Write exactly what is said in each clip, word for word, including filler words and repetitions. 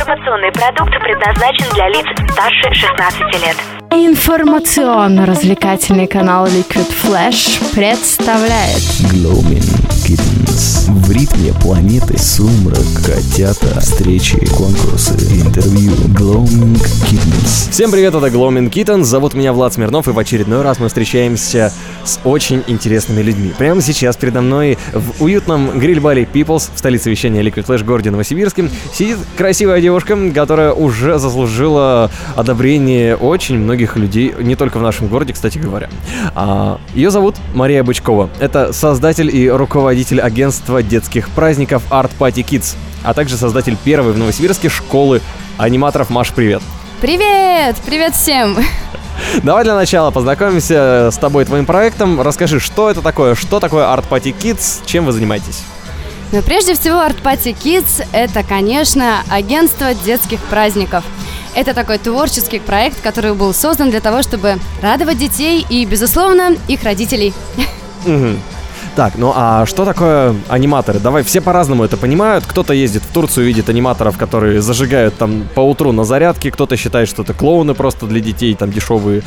Информационный продукт предназначен для лиц старше шестнадцати лет. Информационно-развлекательный канал Liquid Flash представляет Glowing Kittens. В ритме планеты сумрак, котята, встречи, конкурсы, интервью. Glowing Kittens. Всем привет, это Glowing Kittens. Зовут меня Влад Смирнов, и в очередной раз мы встречаемся с очень интересными людьми. Прямо сейчас передо мной в уютном гриль-баре People's в столице вещания Liquid Flash городе Новосибирске сидит красивая девушка, которая уже заслужила одобрение очень многих людей, не только в нашем городе, кстати говоря. А, ее зовут Мария Бычкова. Это создатель и руководитель агентства детских праздников Art Party Kids, а также создатель первой в Новосибирске школы аниматоров. Маш, привет! Привет! Привет всем! Давай для начала познакомимся с тобой и твоим проектом. Расскажи, что это такое, что такое Art Party Kids, чем вы занимаетесь? Ну, прежде всего, Art Party Kids – это, конечно, агентство детских праздников. Это такой творческий проект, который был создан для того, чтобы радовать детей и, безусловно, их родителей. Угу. Так, ну а что такое аниматоры? Давай, все по-разному это понимают. Кто-то ездит в Турцию, видит аниматоров, которые зажигают там по утру на зарядке. Кто-то считает, что это клоуны просто для детей, там дешевые.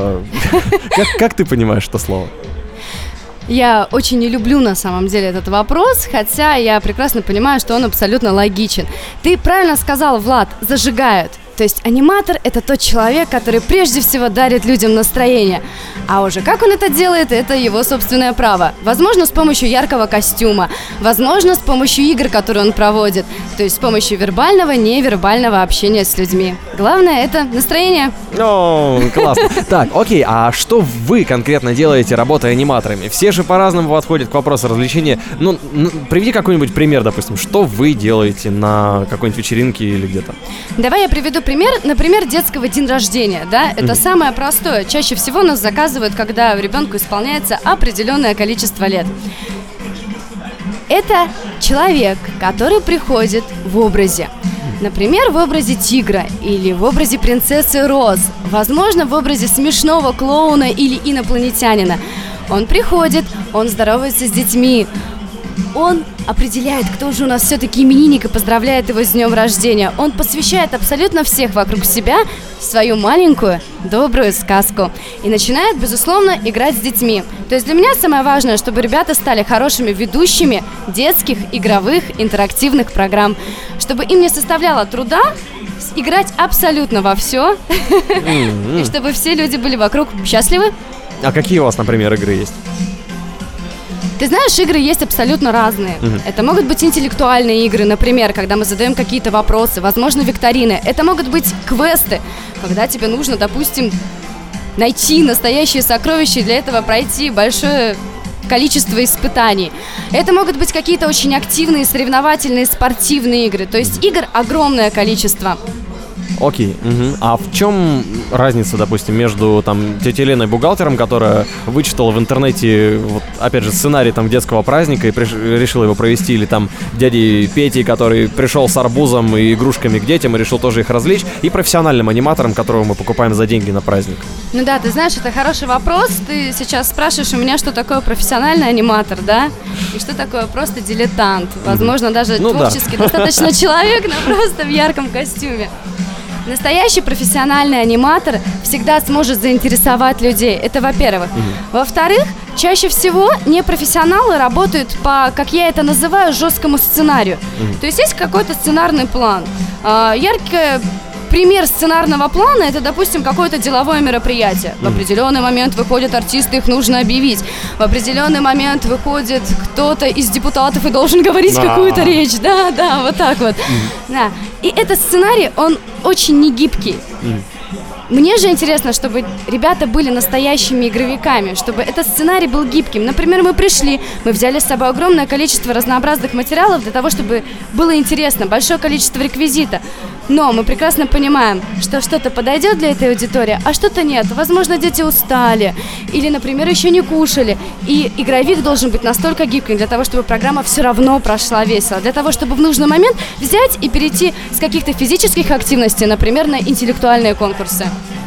Как ты понимаешь это слово? Я очень не люблю на самом деле этот вопрос, хотя я прекрасно понимаю, что он абсолютно логичен. Ты правильно сказал, Влад, зажигают. То есть аниматор – это тот человек, который прежде всего дарит людям настроение. А уже как он это делает, это его собственное право. Возможно, с помощью яркого костюма, возможно, с помощью игр, которые он проводит. То есть с помощью вербального, невербального общения с людьми. Главное – это настроение. О, классно. Так, окей, а что вы конкретно делаете, работая аниматорами? Все же по-разному подходят к вопросу развлечения. Ну, ну, приведи какой-нибудь пример, допустим, что вы делаете на какой-нибудь вечеринке или где-то? Давай я приведу пример, например, детского день рождения, да, это mm-hmm. самое простое. Чаще всего нас заказывают, когда ребенку исполняется определенное количество лет. Это человек, который приходит в образе. Например, в образе тигра или в образе принцессы Роз, возможно, в образе смешного клоуна или инопланетянина. Он приходит, он здоровается с детьми, он определяет, кто же у нас все-таки именинник, и поздравляет его с днем рождения. Он посвящает абсолютно всех вокруг себя в свою маленькую добрую сказку и начинает, безусловно, играть с детьми. То есть для меня самое важное, чтобы ребята стали хорошими ведущими детских, игровых, интерактивных программ, чтобы им не составляло труда играть абсолютно во все, и чтобы все люди были вокруг счастливы. А какие у вас, например, игры есть? Ты знаешь, игры есть абсолютно разные. Uh-huh. Это могут быть интеллектуальные игры, например, когда мы задаем какие-то вопросы, возможно, викторины. Это могут быть квесты, когда тебе нужно, допустим, найти настоящие сокровища и для этого пройти большое количество испытаний. Это могут быть какие-то очень активные, соревновательные, спортивные игры. То есть игр огромное количество. Окей, угу. А в чем разница, допустим, между там тетей Леной бухгалтером, которая вычитала в интернете, вот, опять же, сценарий там детского праздника и приш... решила его провести, или там дядей Петей, который пришел с арбузом и игрушками к детям и решил тоже их развлечь, и профессиональным аниматором, которого мы покупаем за деньги на праздник? Ну да, ты знаешь, это хороший вопрос. Ты сейчас спрашиваешь у меня, что такое профессиональный аниматор, да? И что такое просто дилетант. Возможно, даже ну, творческий да. достаточно человек, но просто в ярком костюме. Настоящий профессиональный аниматор всегда сможет заинтересовать людей. Это во-первых. Mm-hmm. Во-вторых, чаще всего непрофессионалы работают по, как я это называю, жесткому сценарию. Mm-hmm. То есть есть какой-то сценарный план. А, яркий пример сценарного плана – это, допустим, какое-то деловое мероприятие. Mm-hmm. В определенный момент выходят артисты, их нужно объявить. В определенный момент выходит кто-то из депутатов и должен говорить ah. какую-то речь. Да, да, вот так вот. Mm-hmm. Да. И этот сценарий, он очень негибкий. Mm. Мне же интересно, чтобы ребята были настоящими игровиками, чтобы этот сценарий был гибким. Например, мы пришли, мы взяли с собой огромное количество разнообразных материалов для того, чтобы было интересно, большое количество реквизита. Но мы прекрасно понимаем, что что-то подойдет для этой аудитории, а что-то нет. Возможно, дети устали или, например, еще не кушали. И игровик должен быть настолько гибким для того, чтобы программа все равно прошла весело. Для того, чтобы в нужный момент взять и перейти с каких-то физических активностей, например, на интеллектуальные конкурсы.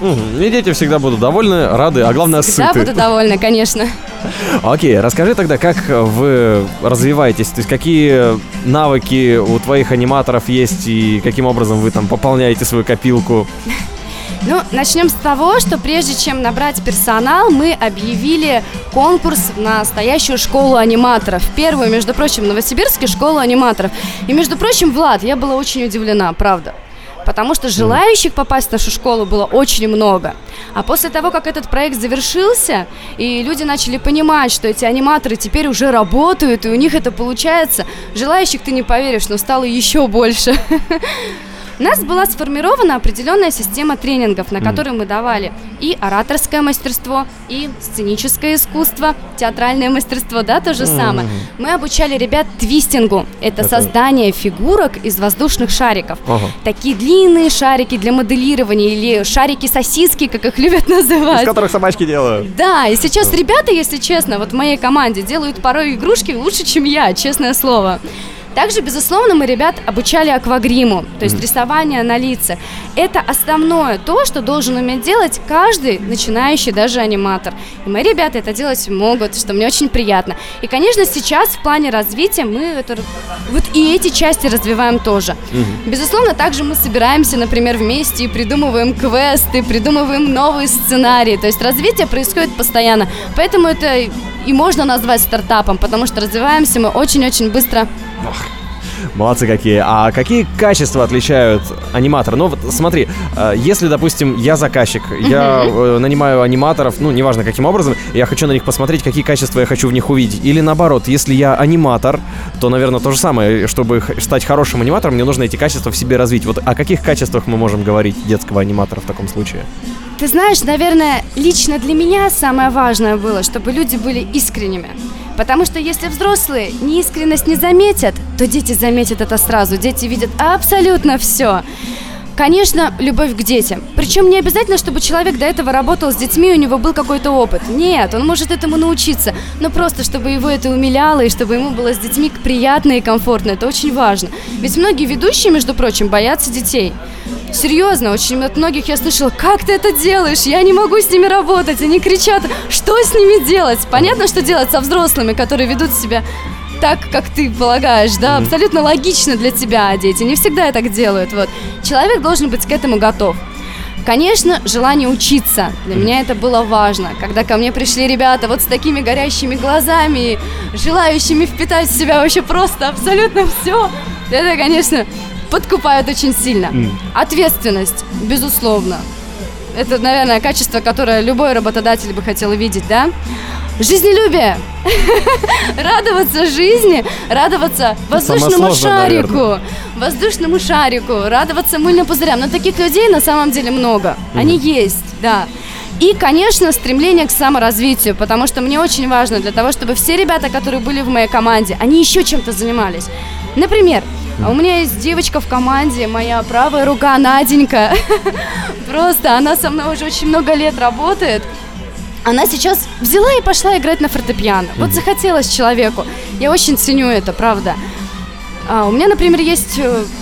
Угу. И дети всегда будут довольны, рады, а главное всегда сыты. Всегда буду довольна, конечно. Окей, расскажи тогда, как вы развиваетесь, то есть какие навыки у твоих аниматоров есть и каким образом вы там пополняете свою копилку? Ну, начнем с того, что прежде чем набрать персонал, мы объявили конкурс в настоящую школу аниматоров. Первую, между прочим, в Новосибирске школу аниматоров. И, между прочим, Влад, я была очень удивлена, правда. Потому что желающих попасть в нашу школу было очень много. А после того, как этот проект завершился, и люди начали понимать, что эти аниматоры теперь уже работают, и у них это получается, желающих, ты не поверишь, но стало еще больше. У нас была сформирована определенная система тренингов, на которой мы давали и ораторское мастерство, и сценическое искусство, театральное мастерство, да, то же самое. Мы обучали ребят твистингу. Это, Это... создание фигурок из воздушных шариков. Ага. Такие длинные шарики для моделирования или шарики-сосиски, как их любят называть. Из которых собачки делают. Да, и сейчас ребята, если честно, вот в моей команде делают порой игрушки лучше, чем я, честное слово. Также, безусловно, мы ребят обучали аквагриму, то есть mm. рисование на лицах. Это основное то, что должен уметь делать каждый начинающий даже аниматор. И мои ребята это делать могут, что мне очень приятно. И, конечно, сейчас в плане развития мы это, вот и эти части развиваем тоже. Mm-hmm. Безусловно, также мы собираемся, например, вместе и придумываем квесты, придумываем новые сценарии. То есть развитие происходит постоянно. Поэтому это и можно назвать стартапом, потому что развиваемся мы очень-очень быстро. Молодцы какие. А какие качества отличают аниматора? Ну вот смотри, если, допустим, я заказчик, uh-huh. я нанимаю аниматоров, ну неважно каким образом, я хочу на них посмотреть, какие качества я хочу в них увидеть. Или наоборот, если я аниматор, то, наверное, то же самое. Чтобы стать хорошим аниматором, мне нужно эти качества в себе развить. Вот о каких качествах мы можем говорить детского аниматора в таком случае? Ты знаешь, наверное, лично для меня самое важное было, чтобы люди были искренними. Потому что если взрослые неискренность не заметят, то дети заметят это сразу. Дети видят абсолютно все. Конечно, любовь к детям. Причем не обязательно, чтобы человек до этого работал с детьми, у него был какой-то опыт. Нет, он может этому научиться. Но просто, чтобы его это умиляло, и чтобы ему было с детьми приятно и комфортно. Это очень важно. Ведь многие ведущие, между прочим, боятся детей. Серьезно, очень от многих я слышала: как ты это делаешь? Я не могу с ними работать. Они кричат: что с ними делать? Понятно, что делать со взрослыми, которые ведут себя так, как ты полагаешь, да, mm-hmm. абсолютно логично для тебя, а дети не всегда так делают. Вот. Человек должен быть к этому готов. Конечно, желание учиться. Для меня это было важно. Когда ко мне пришли ребята вот с такими горящими глазами, желающими впитать в себя вообще просто абсолютно все, это, конечно, подкупает очень сильно. Mm. Ответственность, безусловно. Это, наверное, качество, которое любой работодатель бы хотел видеть, да? Жизнелюбие. Радоваться жизни, радоваться воздушному шарику. Наверное. Воздушному шарику, радоваться мыльным пузырям. Но таких людей на самом деле много. Mm. Они есть, да. И, конечно, стремление к саморазвитию, потому что мне очень важно для того, чтобы все ребята, которые были в моей команде, они еще чем-то занимались. Например, а у меня есть девочка в команде, моя правая рука Наденька. Просто она со мной уже очень много лет работает. Она сейчас взяла и пошла играть на фортепиано. Вот захотелось человеку. Я очень ценю это, правда. А у меня, например, есть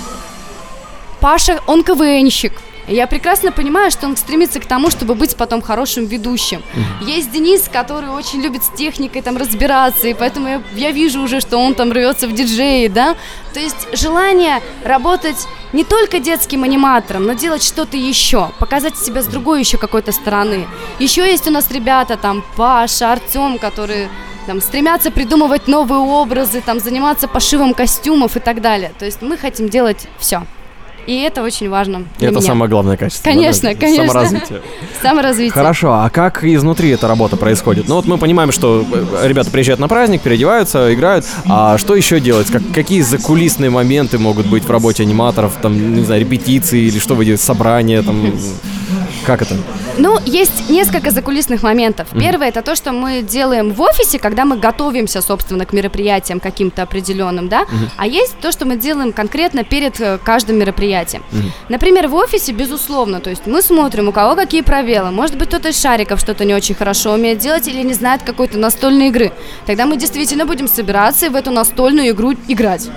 Паша, он КВНщик. Я прекрасно понимаю, что он стремится к тому, чтобы быть потом хорошим ведущим. Mm-hmm. Есть Денис, который очень любит с техникой там разбираться, и поэтому я, я вижу уже, что он там рвется в диджеи, да. То есть желание работать не только детским аниматором, но делать что-то еще, показать себя с другой еще какой-то стороны. Еще есть у нас ребята, там, Паша, Артем, которые там стремятся придумывать новые образы, там, заниматься пошивом костюмов и так далее. То есть мы хотим делать все. И это очень важно для это меня. Самое главное качество. Конечно, да? конечно. Саморазвитие. Саморазвитие. Хорошо, а как изнутри эта работа происходит? Ну вот мы понимаем, что ребята приезжают на праздник, переодеваются, играют. А что еще делать? Как, какие закулисные моменты могут быть в работе аниматоров? Там, не знаю, репетиции или что вы делаете, собрания там... Как это? Ну, есть несколько закулисных моментов. Mm-hmm. Первое, это то, что мы делаем в офисе, когда мы готовимся, собственно, к мероприятиям каким-то определенным, да? Mm-hmm. А есть то, что мы делаем конкретно перед каждым мероприятием. Mm-hmm. Например, в офисе, безусловно, то есть мы смотрим, у кого какие пробелы. Может быть, кто-то из шариков что-то не очень хорошо умеет делать или не знает какой-то настольной игры. Тогда мы действительно будем собираться и в эту настольную игру играть.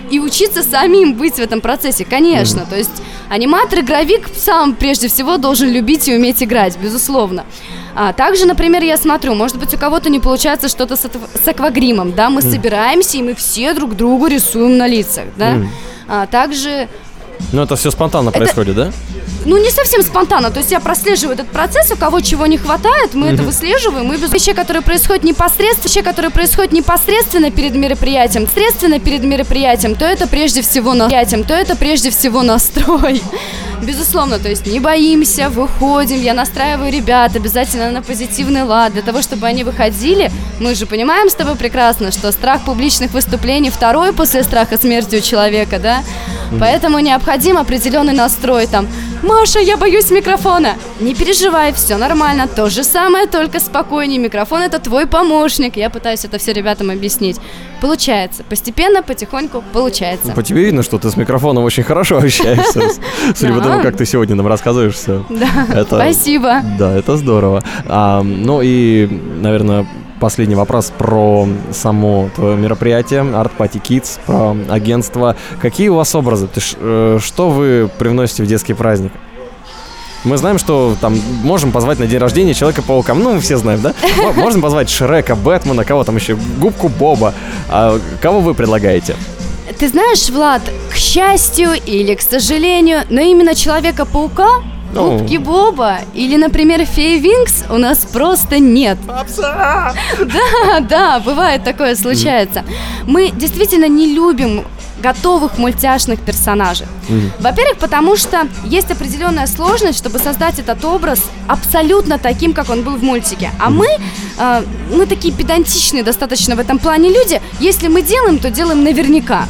и учиться самим быть в этом процессе, конечно. Mm-hmm. То есть аниматор, игровик сам прежде всего должен любить и уметь играть, безусловно. А также, например, я смотрю, может быть, у кого-то не получается что-то с, с аквагримом, да, мы mm. собираемся, и мы все друг другу рисуем на лицах, да. Mm. А также... Ну, это все спонтанно это... происходит, да? Ну, не совсем спонтанно, то есть я прослеживаю этот процесс, у кого чего не хватает, мы mm-hmm. это выслеживаем, и без вещей, которые происходят непосредственно, вещей, которые происходят непосредственно перед мероприятием, непосредственно перед мероприятием, то это прежде всего на... то это прежде всего настрой. Безусловно, то есть не боимся, выходим, я настраиваю ребят обязательно на позитивный лад, для того, чтобы они выходили. Мы же понимаем с тобой прекрасно, что страх публичных выступлений второй после страха смерти у человека, да? Mm-hmm. Поэтому необходим определенный настрой, там, Маша, я боюсь микрофона. Не переживай, все нормально, то же самое, только спокойнее, микрофон это твой помощник. Я пытаюсь это все ребятам объяснить. Получается, постепенно, потихоньку получается. По тебе видно, что ты с микрофоном очень хорошо общаешься, судя по тому, как ты сегодня нам рассказываешь все. Да, спасибо. Да, это здорово. Ну и, наверное, последний вопрос про само твое мероприятие Art Party Kids, про агентство. Какие у вас образы? Ты ш, что вы привносите в детский праздник? Мы знаем, что там можем позвать на день рождения Человека-паука. Ну, все знаем, да? Можно позвать Шрека, Бэтмена, кого там еще? Губку Боба. А кого вы предлагаете? Ты знаешь, Влад, к счастью или к сожалению, но именно Человека-паука, Губки Боба или, например, Феи Винкс у нас просто нет. Попса! Да, да, бывает такое, случается. Мы действительно не любим готовых мультяшных персонажей. Mm-hmm. Во-первых, потому что есть определенная сложность, чтобы создать этот образ абсолютно таким, как он был в мультике. А mm-hmm. мы, э, мы такие педантичные достаточно в этом плане люди. Если мы делаем, то делаем наверняка.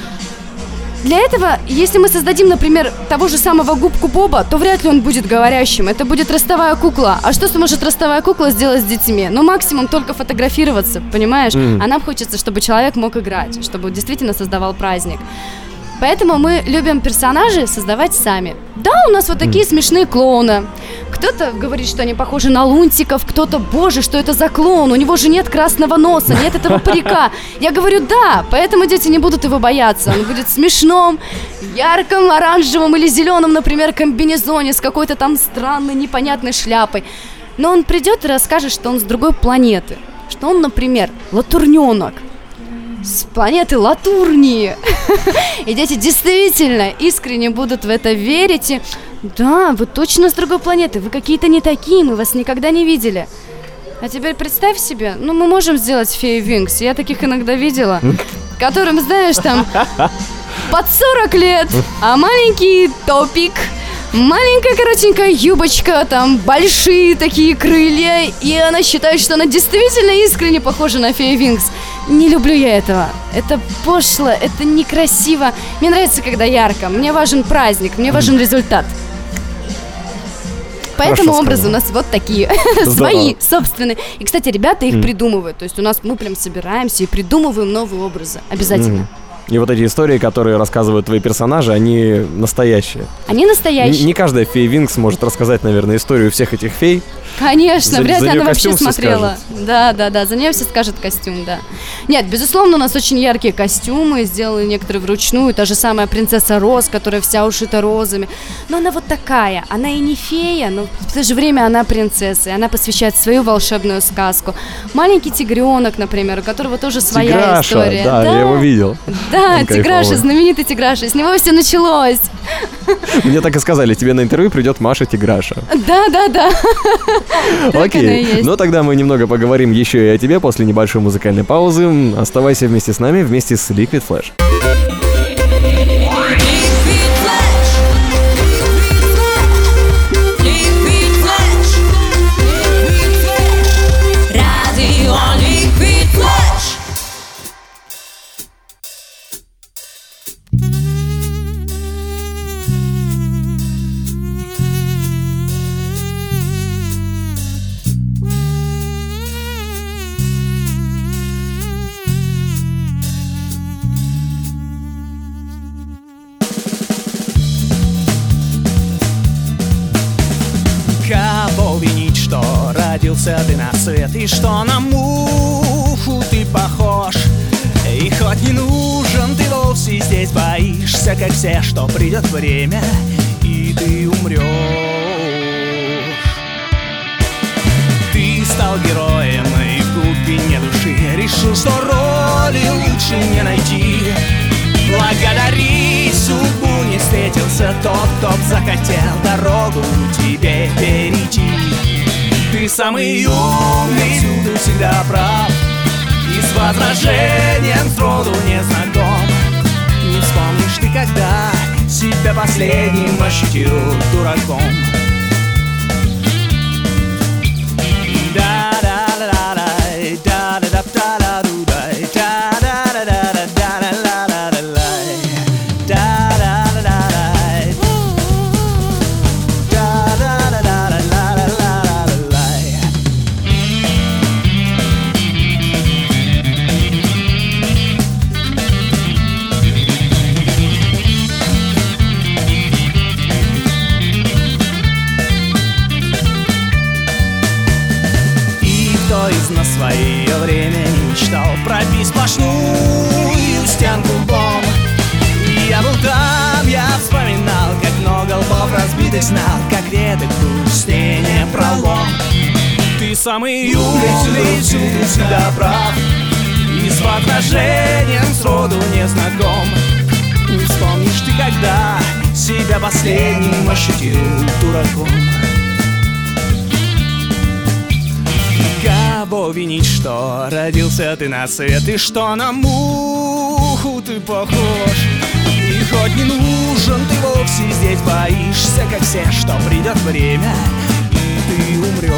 Для этого, если мы создадим, например, того же самого Губку Боба, то вряд ли он будет говорящим. Это будет ростовая кукла. А что сможет ростовая кукла сделать с детьми? Ну, максимум только фотографироваться, понимаешь? Mm. А нам хочется, чтобы человек мог играть, чтобы действительно создавал праздник. Поэтому мы любим персонажей создавать сами. Да, у нас вот такие mm. смешные клоуны. Кто-то говорит, что они похожи на лунтиков, кто-то, боже, что это за клоун, у него же нет красного носа, нет этого парика. Я говорю, да, поэтому дети не будут его бояться. Он будет в смешном, ярком, оранжевом или зеленом, например, комбинезоне с какой-то там странной, непонятной шляпой. Но он придет и расскажет, что он с другой планеты. Что он, например, латурненок. С планеты Латурнии. И дети действительно искренне будут в это верить. И, да, вы точно с другой планеты, вы какие-то не такие, мы вас никогда не видели. А теперь представь себе, ну мы можем сделать Феи Винкс, я таких иногда видела, которым, знаешь, там под сорок лет, а маленький топик, маленькая коротенькая юбочка, там большие такие крылья, и она считает, что она действительно искренне похожа на Феи Винкс. Не люблю я этого. Это пошло, это некрасиво. Мне нравится, когда ярко. Мне важен праздник, мне важен результат. Поэтому образы у нас вот такие. Свои, собственные. И, кстати, ребята их придумывают. То есть у нас мы прям собираемся и придумываем новые образы. Обязательно. И вот эти истории, которые рассказывают твои персонажи, они настоящие. Они настоящие. Не, не каждая Фея Винкс может рассказать, наверное, историю всех этих фей. Конечно, за, вряд ли она вообще смотрела. Да, да, да, за нее все скажет костюм, да. Нет, безусловно, у нас очень яркие костюмы, сделаны некоторые вручную. Та же самая принцесса Роз, которая вся ушита розами. Но она вот такая, она и не фея, но в то же время она принцесса, и она посвящает свою волшебную сказку. Маленький тигренок, например, у которого тоже своя Тиграша, история. Да, да, я его видел. Да, он Тиграша, кайфовый. Знаменитый Тиграша, с него все началось. Мне так и сказали, тебе на интервью придет Маша Тиграша. Да, да, да. Окей, ну тогда мы немного поговорим еще и о тебе после небольшой музыкальной паузы. Оставайся вместе с нами, вместе с Liquid Flash. Ты на свет, и что на муху ты похож. И хоть не нужен ты вовсе вовсе здесь боишься, как все, что придет время, и ты умрешь. Ты стал героем и в глубине души решил, что роли лучше не найти. Благодари судьбу, не встретился тот, кто б захотел дорогу тебе перейти. Ты самый умный, ты всегда прав, и с возражением сроду не знаком. Не вспомнишь ты, когда себя последним ощутил дураком. На свое время не мечтал пробить сплошную стенку лбом. И я был там, я вспоминал, как много лбов разбитых знал, как редок пустыня пролом. Ты самый умный, ты всегда прав, и с возражением сроду не знаком. Не вспомнишь ты, когда себя последним ощутил дураком. Кого винить, что родился ты на свет, и что на муху ты похож? И хоть не нужен ты вовсе здесь боишься, как все, что придет время, и ты умрешь.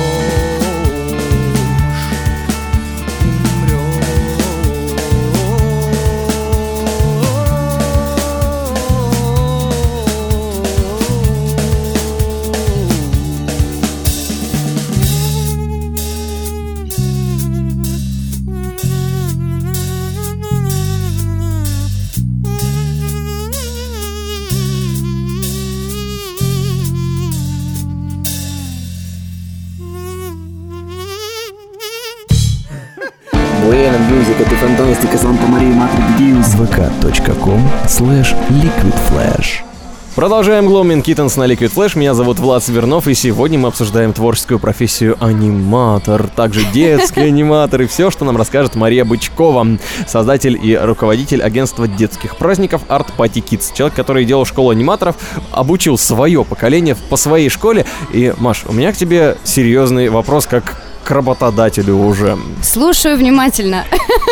Это фантастика, Санта Мария, Матрик Дьюз. вэ ка точка ком слэш ликвид флэш. Продолжаем Gloaming Kittens на Liquid Flash. Меня зовут Влад Смирнов, и сегодня мы обсуждаем творческую профессию аниматор, также детский аниматор, и все, что нам расскажет Мария Бычкова, создатель и руководитель агентства детских праздников Art Party Kids. Человек, который делал школу аниматоров, обучил свое поколение по своей школе. И, Маш, у меня к тебе серьезный вопрос, как к работодателю уже. Слушаю внимательно.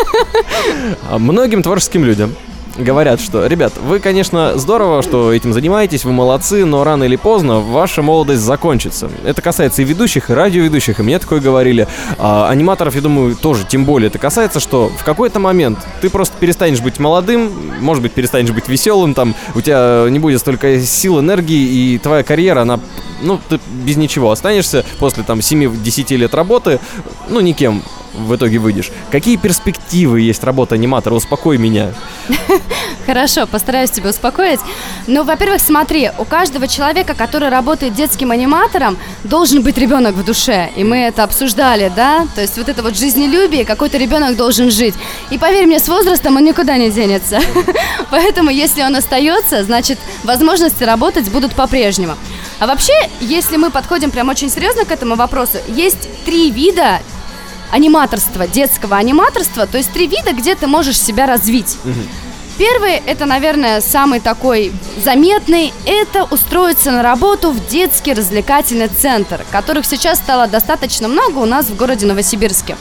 Многим творческим людям говорят, что, ребят, вы, конечно, здорово, что этим занимаетесь, вы молодцы, но рано или поздно ваша молодость закончится. Это касается и ведущих, и радиоведущих, и мне такое говорили. А аниматоров, я думаю, тоже тем более это касается, что в какой-то момент ты просто перестанешь быть молодым, может быть, перестанешь быть веселым, там, у тебя не будет столько сил, энергии, и твоя карьера, она, ну, ты без ничего останешься после, там, семь-десять лет работы, ну, никем в итоге выйдешь. Какие перспективы есть работы аниматора? Успокой меня. Хорошо, постараюсь тебя успокоить. Ну, во-первых, смотри, у каждого человека, который работает детским аниматором, должен быть ребенок в душе. И мы это обсуждали, да? То есть вот это вот жизнелюбие, какой-то ребенок должен жить. И поверь мне, с возрастом он никуда не денется. Поэтому, если он остается, значит, возможности работать будут по-прежнему. А вообще, если мы подходим прям очень серьезно к этому вопросу, есть три вида аниматорства, детского аниматорства, то есть три вида, где ты можешь себя развить. Угу. Первый, это, наверное, самый такой заметный, это устроиться на работу в детский развлекательный центр, которых сейчас стало достаточно много у нас в городе Новосибирске.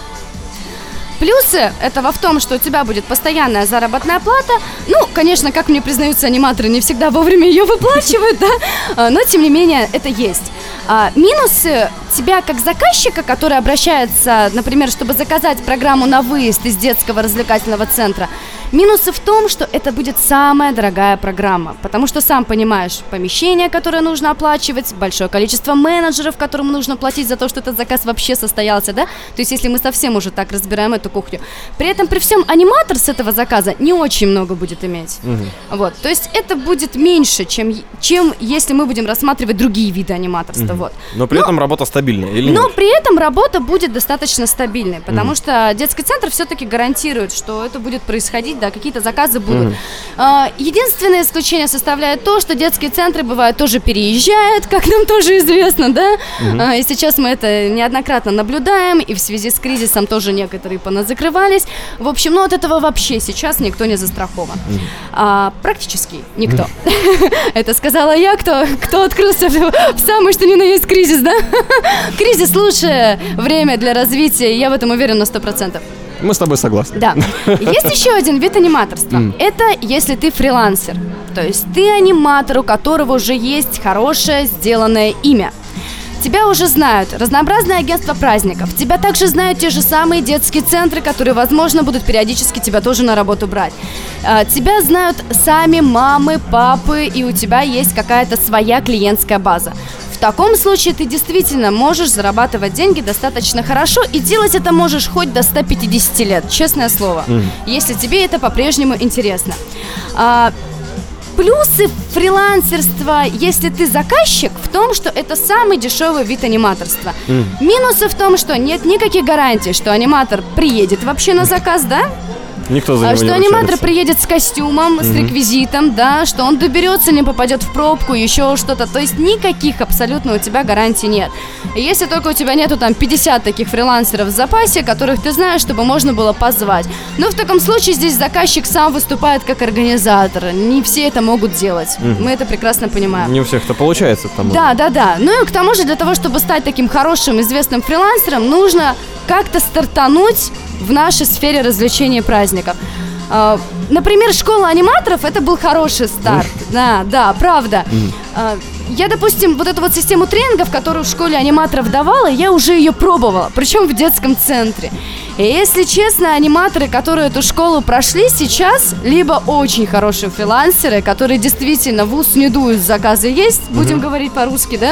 Плюсы этого в том, что у тебя будет постоянная заработная плата. Ну, конечно, как мне признаются аниматоры, не всегда вовремя ее выплачивают, да, но тем не менее это есть. А, минусы тебя как заказчика, который обращается, например, чтобы заказать программу на выезд из детского развлекательного центра. Минусы в том, что это будет самая дорогая программа, потому что, сам понимаешь, помещение, которое нужно оплачивать, большое количество менеджеров, которым нужно платить за то, что этот заказ вообще состоялся, да? То есть, если мы совсем уже так разбираем эту кухню. При этом, при всем, аниматор с этого заказа не очень много будет иметь. Угу. Вот, то есть, это будет меньше, чем, чем если мы будем рассматривать другие виды аниматорства. Угу. Вот. Но при но, этом работа стабильная или Но нет? при этом работа будет достаточно стабильной, потому угу. что детский центр все-таки гарантирует, что это будет происходить приходить, да, какие-то заказы будут. Mm-hmm. Единственное исключение составляет то, что детские центры бывают тоже переезжают, как нам тоже известно, да, mm-hmm. и сейчас мы это неоднократно наблюдаем, и в связи с кризисом тоже некоторые поназакрывались. В общем, ну от этого вообще сейчас никто не застрахован. Mm-hmm. А, практически никто. Mm-hmm. Это сказала я, кто, кто открылся в самый что ни на есть кризис, да? Кризис лучшее время для развития, я в этом уверена на сто процентов. Мы с тобой согласны. Да. Есть еще один вид аниматорства. Mm. Это если ты фрилансер. То есть ты аниматор, у которого уже есть хорошее сделанное имя. Тебя уже знают разнообразные агентства праздников. Тебя также знают те же самые детские центры, которые, возможно, будут периодически тебя тоже на работу брать. Тебя знают сами мамы, папы, и у тебя есть какая-то своя клиентская база. В таком случае ты действительно можешь зарабатывать деньги достаточно хорошо, и делать это можешь хоть до ста пятидесяти лет, честное слово, mm. если тебе это по-прежнему интересно. А, плюсы фрилансерства, если ты заказчик, в том, что это самый дешевый вид аниматорства. Mm. Минусы в том, что нет никаких гарантий, что аниматор приедет вообще на заказ, да? Никто за него что не аниматор ручается. приедет с костюмом, mm-hmm. с реквизитом, да, что он доберется, не попадет в пробку, еще что-то. То есть никаких абсолютно у тебя гарантий нет. И если только у тебя нету там пятьдесят таких фрилансеров в запасе, которых ты знаешь, чтобы можно было позвать. Но в таком случае здесь заказчик сам выступает как организатор. Не все это могут делать. Mm-hmm. Мы это прекрасно понимаем. Не у всех это получается, к тому же. Да, да, да. Ну и к тому же для того, чтобы стать таким хорошим, известным фрилансером, нужно как-то стартануть в нашей сфере развлечений и праздников. Uh, например, школа аниматоров — это был хороший старт. Mm. Да, да, правда. Mm. Uh, я, допустим, вот эту вот систему тренингов, которую в школе аниматоров давала, я уже ее пробовала, причем в детском центре. И если честно, аниматоры, которые эту школу прошли сейчас, либо очень хорошие фрилансеры, которые действительно в ус не дуют, заказы есть, mm-hmm. будем говорить по-русски, да?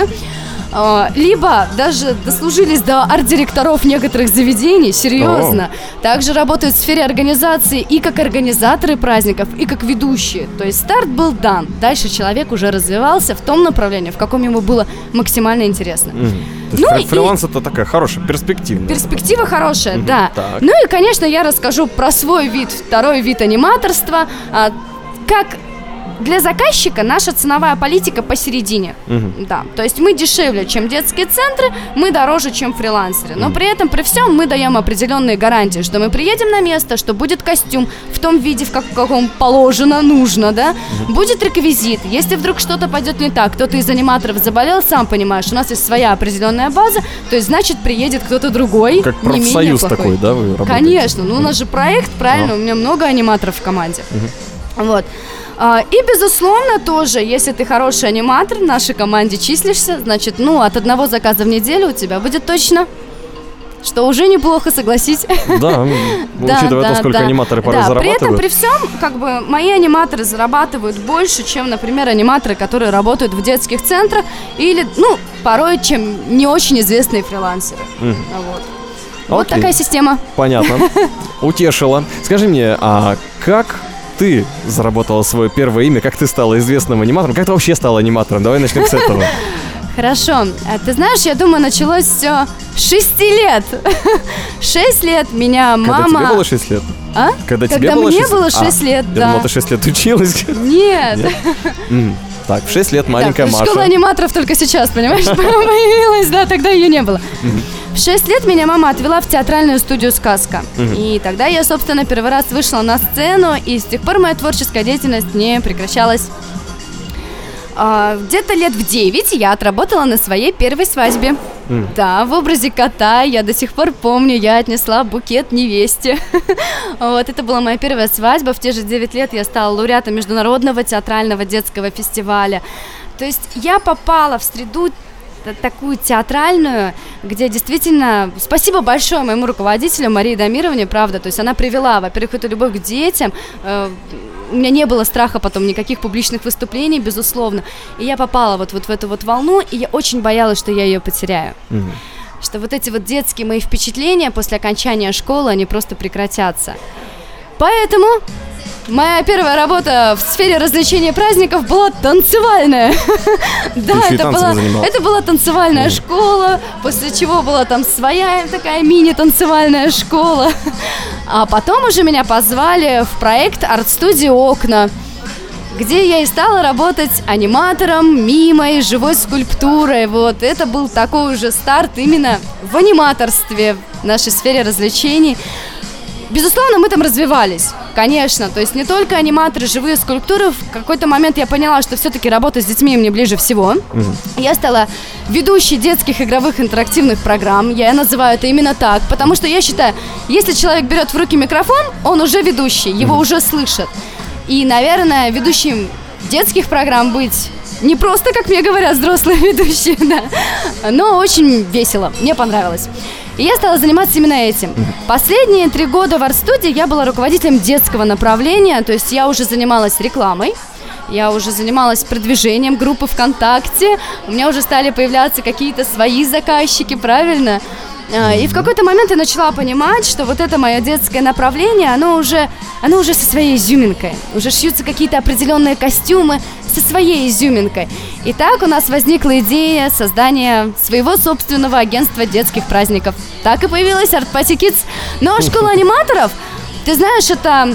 Либо даже дослужились до арт-директоров некоторых заведений, серьезно. Oh. Также работают в сфере организации и как организаторы праздников, и как ведущие. То есть старт был дан. Дальше человек уже развивался в том направлении, в каком ему было максимально интересно. Mm. То есть ну, фриланс и... это такая хорошая, перспективная. Перспектива хорошая, mm-hmm. да. Так. Ну и, конечно, я расскажу про свой вид, второй вид аниматорства. Как... Для заказчика наша ценовая политика посередине. Uh-huh. Да. То есть мы дешевле, чем детские центры, мы дороже, чем фрилансеры. Но uh-huh. при этом, при всем, мы даем определенные гарантии, что мы приедем на место, что будет костюм в том виде, в, как, в каком положено, нужно, да. Uh-huh. Будет реквизит. Если вдруг что-то пойдет не так, кто-то из аниматоров заболел, сам понимаешь, у нас есть своя определенная база, то есть, значит, приедет кто-то другой. Как профсоюз такой, да, вы работаете? Конечно. Ну, у нас же проект, правильно, uh-huh. у меня много аниматоров в команде. Uh-huh. Вот. И, безусловно, тоже, если ты хороший аниматор, в нашей команде числишься, значит, ну, от одного заказа в неделю у тебя будет точно, что уже неплохо, согласись. Да, учитывая то, сколько аниматоры порой зарабатывают. При этом, при всем, как бы, мои аниматоры зарабатывают больше, чем, например, аниматоры, которые работают в детских центрах, или, ну, порой, чем не очень известные фрилансеры. Вот. Вот такая система. Понятно. Утешила. Скажи мне, а как... ты заработала свое первое имя, как ты стала известным аниматором, как ты вообще стала аниматором? Давай начнем с этого. Хорошо. Ты знаешь, я думаю, началось все с шести лет. Шесть лет меня мама... Когда тебе было шесть лет? А? Когда, Когда тебе было мне шесть... было шесть а, лет, я да. Я думала, ты шесть лет училась. Нет. Нет? Mm. Так, в шесть лет маленькая да, Маша. Школа аниматоров только сейчас, понимаешь, появилась, да, тогда ее не было. В шесть лет меня мама отвела в театральную студию «Сказка». Uh-huh. И тогда я, собственно, первый раз вышла на сцену, и с тех пор моя творческая деятельность не прекращалась. А, где-то лет в девять я отработала на своей первой свадьбе. Uh-huh. Да, в образе кота я до сих пор помню, я отнесла букет невесте. Вот, это была моя первая свадьба. В те же девять лет я стала лауреатом Международного театрального детского фестиваля. То есть я попала в среду такую театральную, где действительно, спасибо большое моему руководителю Марии Дамировне, правда, то есть она привела, во-первых, эту любовь к детям, э, у меня не было страха потом никаких публичных выступлений, безусловно, и я попала вот, вот в эту вот волну, и я очень боялась, что я ее потеряю. Mm-hmm. Что вот эти вот детские мои впечатления после окончания школы, они просто прекратятся. Поэтому моя первая работа в сфере развлечения праздников была танцевальная. Да, это была, это была танцевальная школа, после чего была там своя такая мини-танцевальная школа. А потом уже меня позвали в проект арт-студии «Окна», где я и стала работать аниматором, мимой, живой скульптурой. Вот, это был такой уже старт именно в аниматорстве, в нашей сфере развлечений. Безусловно, мы там развивались, конечно, то есть не только аниматоры, живые скульптуры. В какой-то момент я поняла, что все-таки работа с детьми мне ближе всего. Mm-hmm. Я стала ведущей детских игровых интерактивных программ, я называю это именно так, потому что я считаю, если человек берет в руки микрофон, он уже ведущий, его mm-hmm. уже слышат. И, наверное, ведущим детских программ быть не просто, как мне говорят, взрослые ведущие, да, но очень весело, мне понравилось. И я стала заниматься именно этим. Последние три года в арт-студии я была руководителем детского направления, то есть я уже занималась рекламой, я уже занималась продвижением группы ВКонтакте, у меня уже стали появляться какие-то свои заказчики, правильно? И в какой-то момент я начала понимать, что вот это мое детское направление, оно уже, оно уже со своей изюминкой. Уже шьются какие-то определенные костюмы со своей изюминкой. И так у нас возникла идея создания своего собственного агентства детских праздников. Так и появилась Art Party Kids. Но школа аниматоров, ты знаешь, это...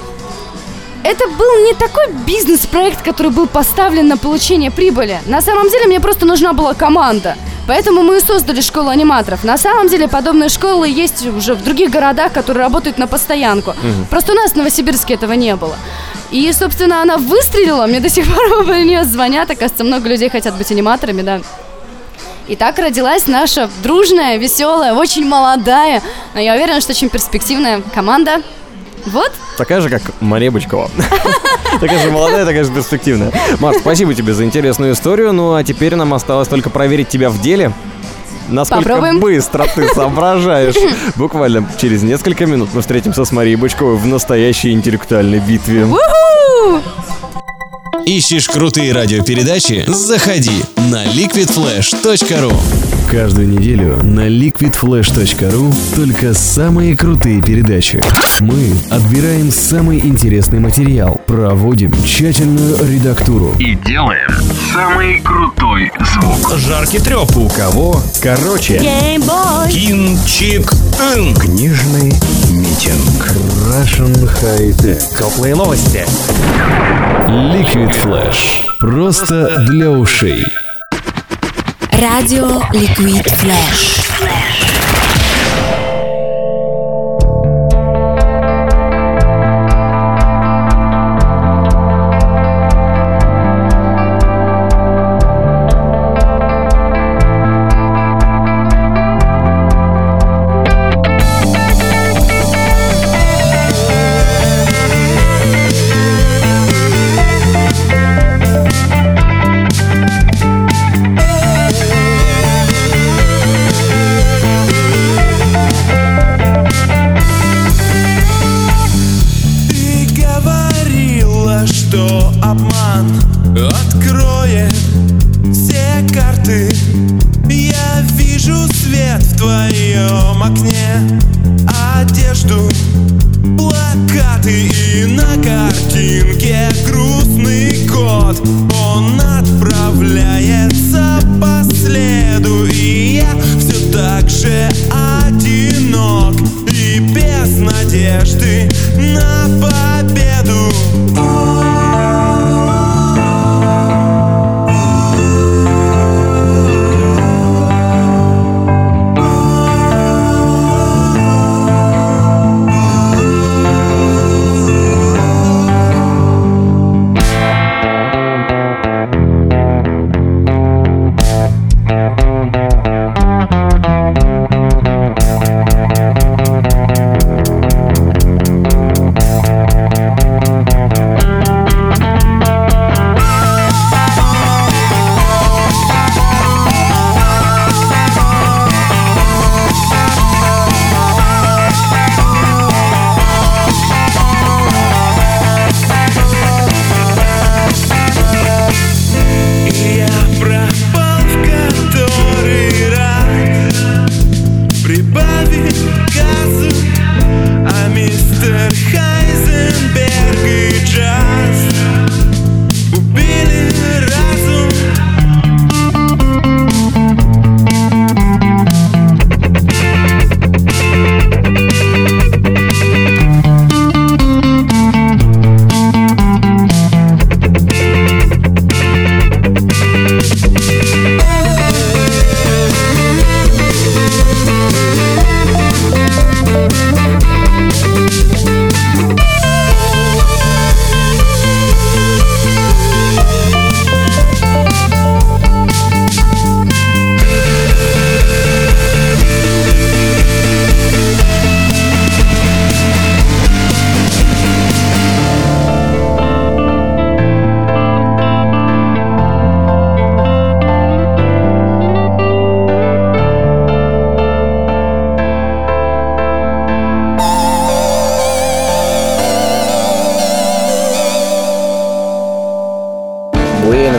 Это был не такой бизнес-проект, который был поставлен на получение прибыли. На самом деле мне просто нужна была команда. Поэтому мы и создали школу аниматоров. На самом деле подобные школы есть уже в других городах, которые работают на постоянку. Угу. Просто у нас в Новосибирске этого не было. И, собственно, она выстрелила. Мне до сих пор по нее звонят. Оказывается, много людей хотят быть аниматорами, да. И так родилась наша дружная, веселая, очень молодая, но я уверена, что очень перспективная команда. Вот. Такая же, как Мария Бычкова. Такая же молодая, такая же перспективная. Маш, спасибо тебе за интересную историю. Ну, а теперь нам осталось только проверить тебя в деле. Насколько Попробуем. Быстро ты соображаешь. Буквально через несколько минут мы встретимся с Марией Бычковой в настоящей интеллектуальной битве. У-ху! Ищешь крутые радиопередачи? Заходи на ликвид флэш точка ру. Каждую неделю на ликвид флэш точка ру только самые крутые передачи. Мы отбираем самый интересный материал, проводим тщательную редактуру и делаем самый крутой звук. Жаркий трёп. У кого короче. Кинчик. Книжный митинг. Russian High Tech. Теплые новости. Liquid Flash. Просто для ушей. Радио Liquid Flash. Откроет все карты. Я вижу свет в твоем окне, одежду, плакаты и на картинке грустный кот. Он отправляется по следу, и я все так же одинок и без надежды на победу.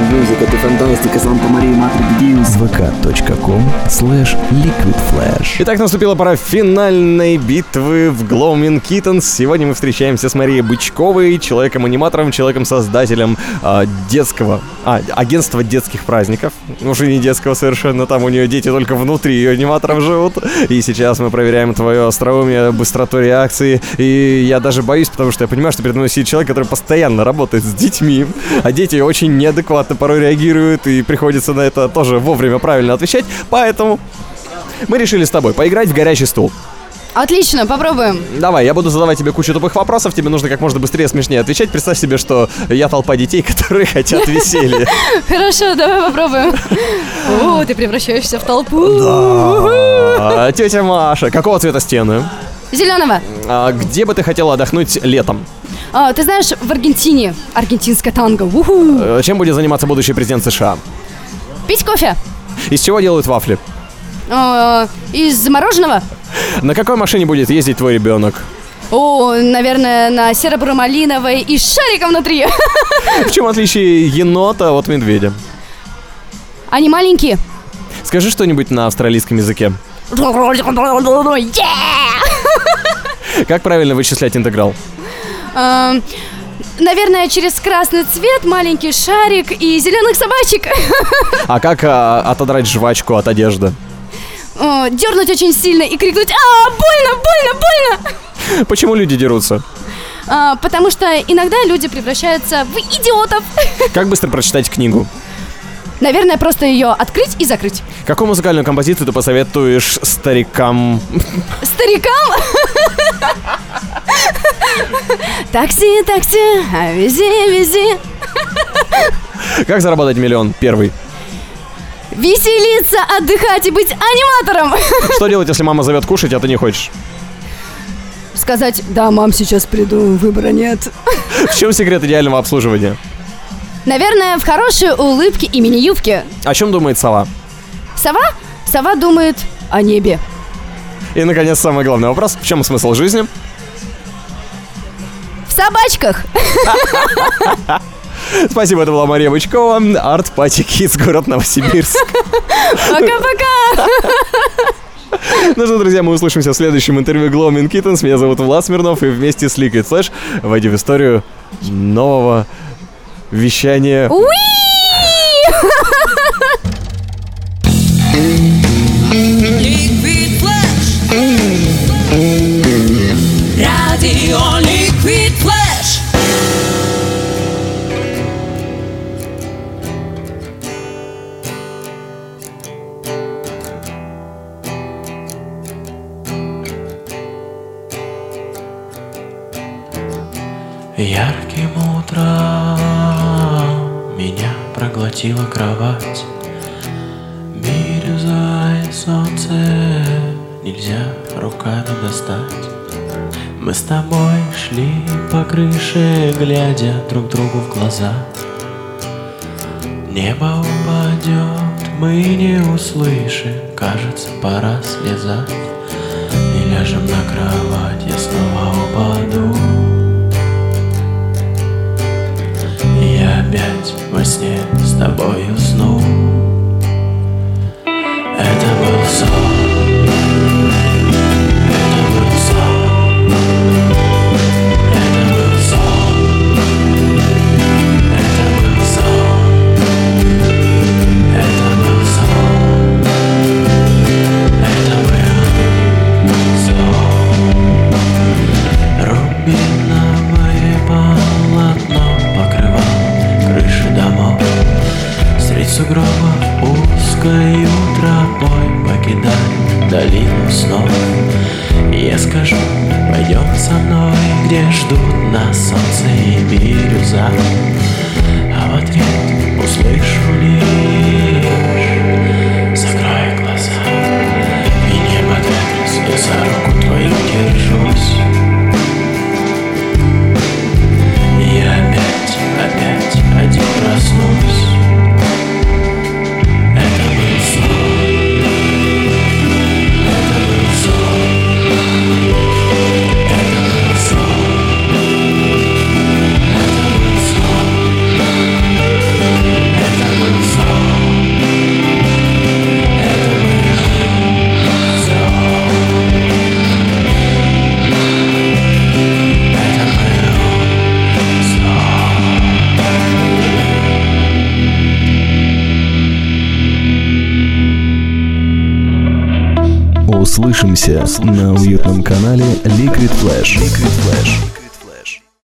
музыка, ты фантастика, Санта-Мария, Матрик, Дьюс. vk.com slash liquidflash. Итак, наступила пора финальной битвы в Gloaming Kittens. Сегодня мы встречаемся с Марией Бычковой, человеком-аниматором, человеком-создателем э, детского, а, агентства детских праздников. Уже не детского совершенно, там у нее дети только внутри ее аниматоров живут. И сейчас мы проверяем твое остроумие, быстроту реакции. И я даже боюсь, потому что я понимаю, что передо мной сидит человек, который постоянно работает с детьми, а дети очень неадекватно порой реагируют, и приходится на это тоже вовремя правильно отвечать. Поэтому мы решили с тобой поиграть в горячий стул. Отлично, попробуем. Давай, я буду задавать тебе кучу тупых вопросов, тебе нужно как можно быстрее, смешнее отвечать. Представь себе, что я толпа детей, которые хотят веселья. Хорошо, давай попробуем. О, ты превращаешься в толпу. Да. Тетя Маша, какого цвета стены? Зеленого. А где бы ты хотела отдохнуть летом? А, ты знаешь, в Аргентине. Аргентинское танго. У-ху. Чем будет заниматься будущий президент США? Пить кофе. Из чего делают вафли? А, из мороженого. На какой машине будет ездить твой ребенок? О, наверное, на серо-буро-малиновой и с шариком внутри. В чем отличие енота от медведя? Они маленькие. Скажи что-нибудь на австралийском языке. Yeah! Как правильно вычислять интеграл? Uh, наверное, через красный цвет, маленький шарик и зеленых собачек. А как а, отодрать жвачку от одежды? Uh, дернуть очень сильно и крикнуть: «А, больно, больно, больно!» Почему люди дерутся? Uh, потому что иногда люди превращаются в идиотов. Как быстро прочитать книгу? Наверное, просто ее открыть и закрыть. Какую музыкальную композицию ты посоветуешь старикам? Старикам? Такси, такси, вези, вези. Как заработать миллион? Первый. Веселиться, отдыхать и быть аниматором. Что делать, если мама зовет кушать, а ты не хочешь? Сказать: да, мам, сейчас приду, выбора нет. В чем секрет идеального обслуживания? Наверное, в хорошей улыбке и мини-юбке. О чем думает сова? Сова? Сова думает о небе. И, наконец, самый главный вопрос. В чем смысл жизни? В собачках. Спасибо, это была Мария Бычкова, Art Party Kids, город Новосибирск. Пока-пока. Ну что, друзья, мы услышимся в следующем интервью Gloaming Kittens. Меня зовут Влад Смирнов, и вместе с Liquid Flash войдем в историю нового вещания. Уи! Liquid Flash. Радио Liquid Flash. Ярким утром меня проглотила кровать. Бирюзовое солнце нельзя руками достать. Мы с тобой шли по крыше, глядя друг другу в глаза. Небо упадет, мы не услышим, кажется, пора слезать. И ляжем на кровать, я снова упаду. Я опять во сне с тобой усну. Это был сон. Это был сон. Это был сон. Это был сон. Это был сон. Это был сон. Рубиновое полотно покрывало крыши домов. Средь сугробов узкою тропой покидали долину снов. Я скажу: пойдем со мной, где ждут нас солнце и бирюза. А в ответ услышу лишь: закрой глаза. И небо дрожит, я за руку твою держусь. И я опять, опять один проснусь. Это был сон. Это был сон. Это был сон. Это был сон. Это услышимся на уютном канале Liquid Flash. Liquid Flash.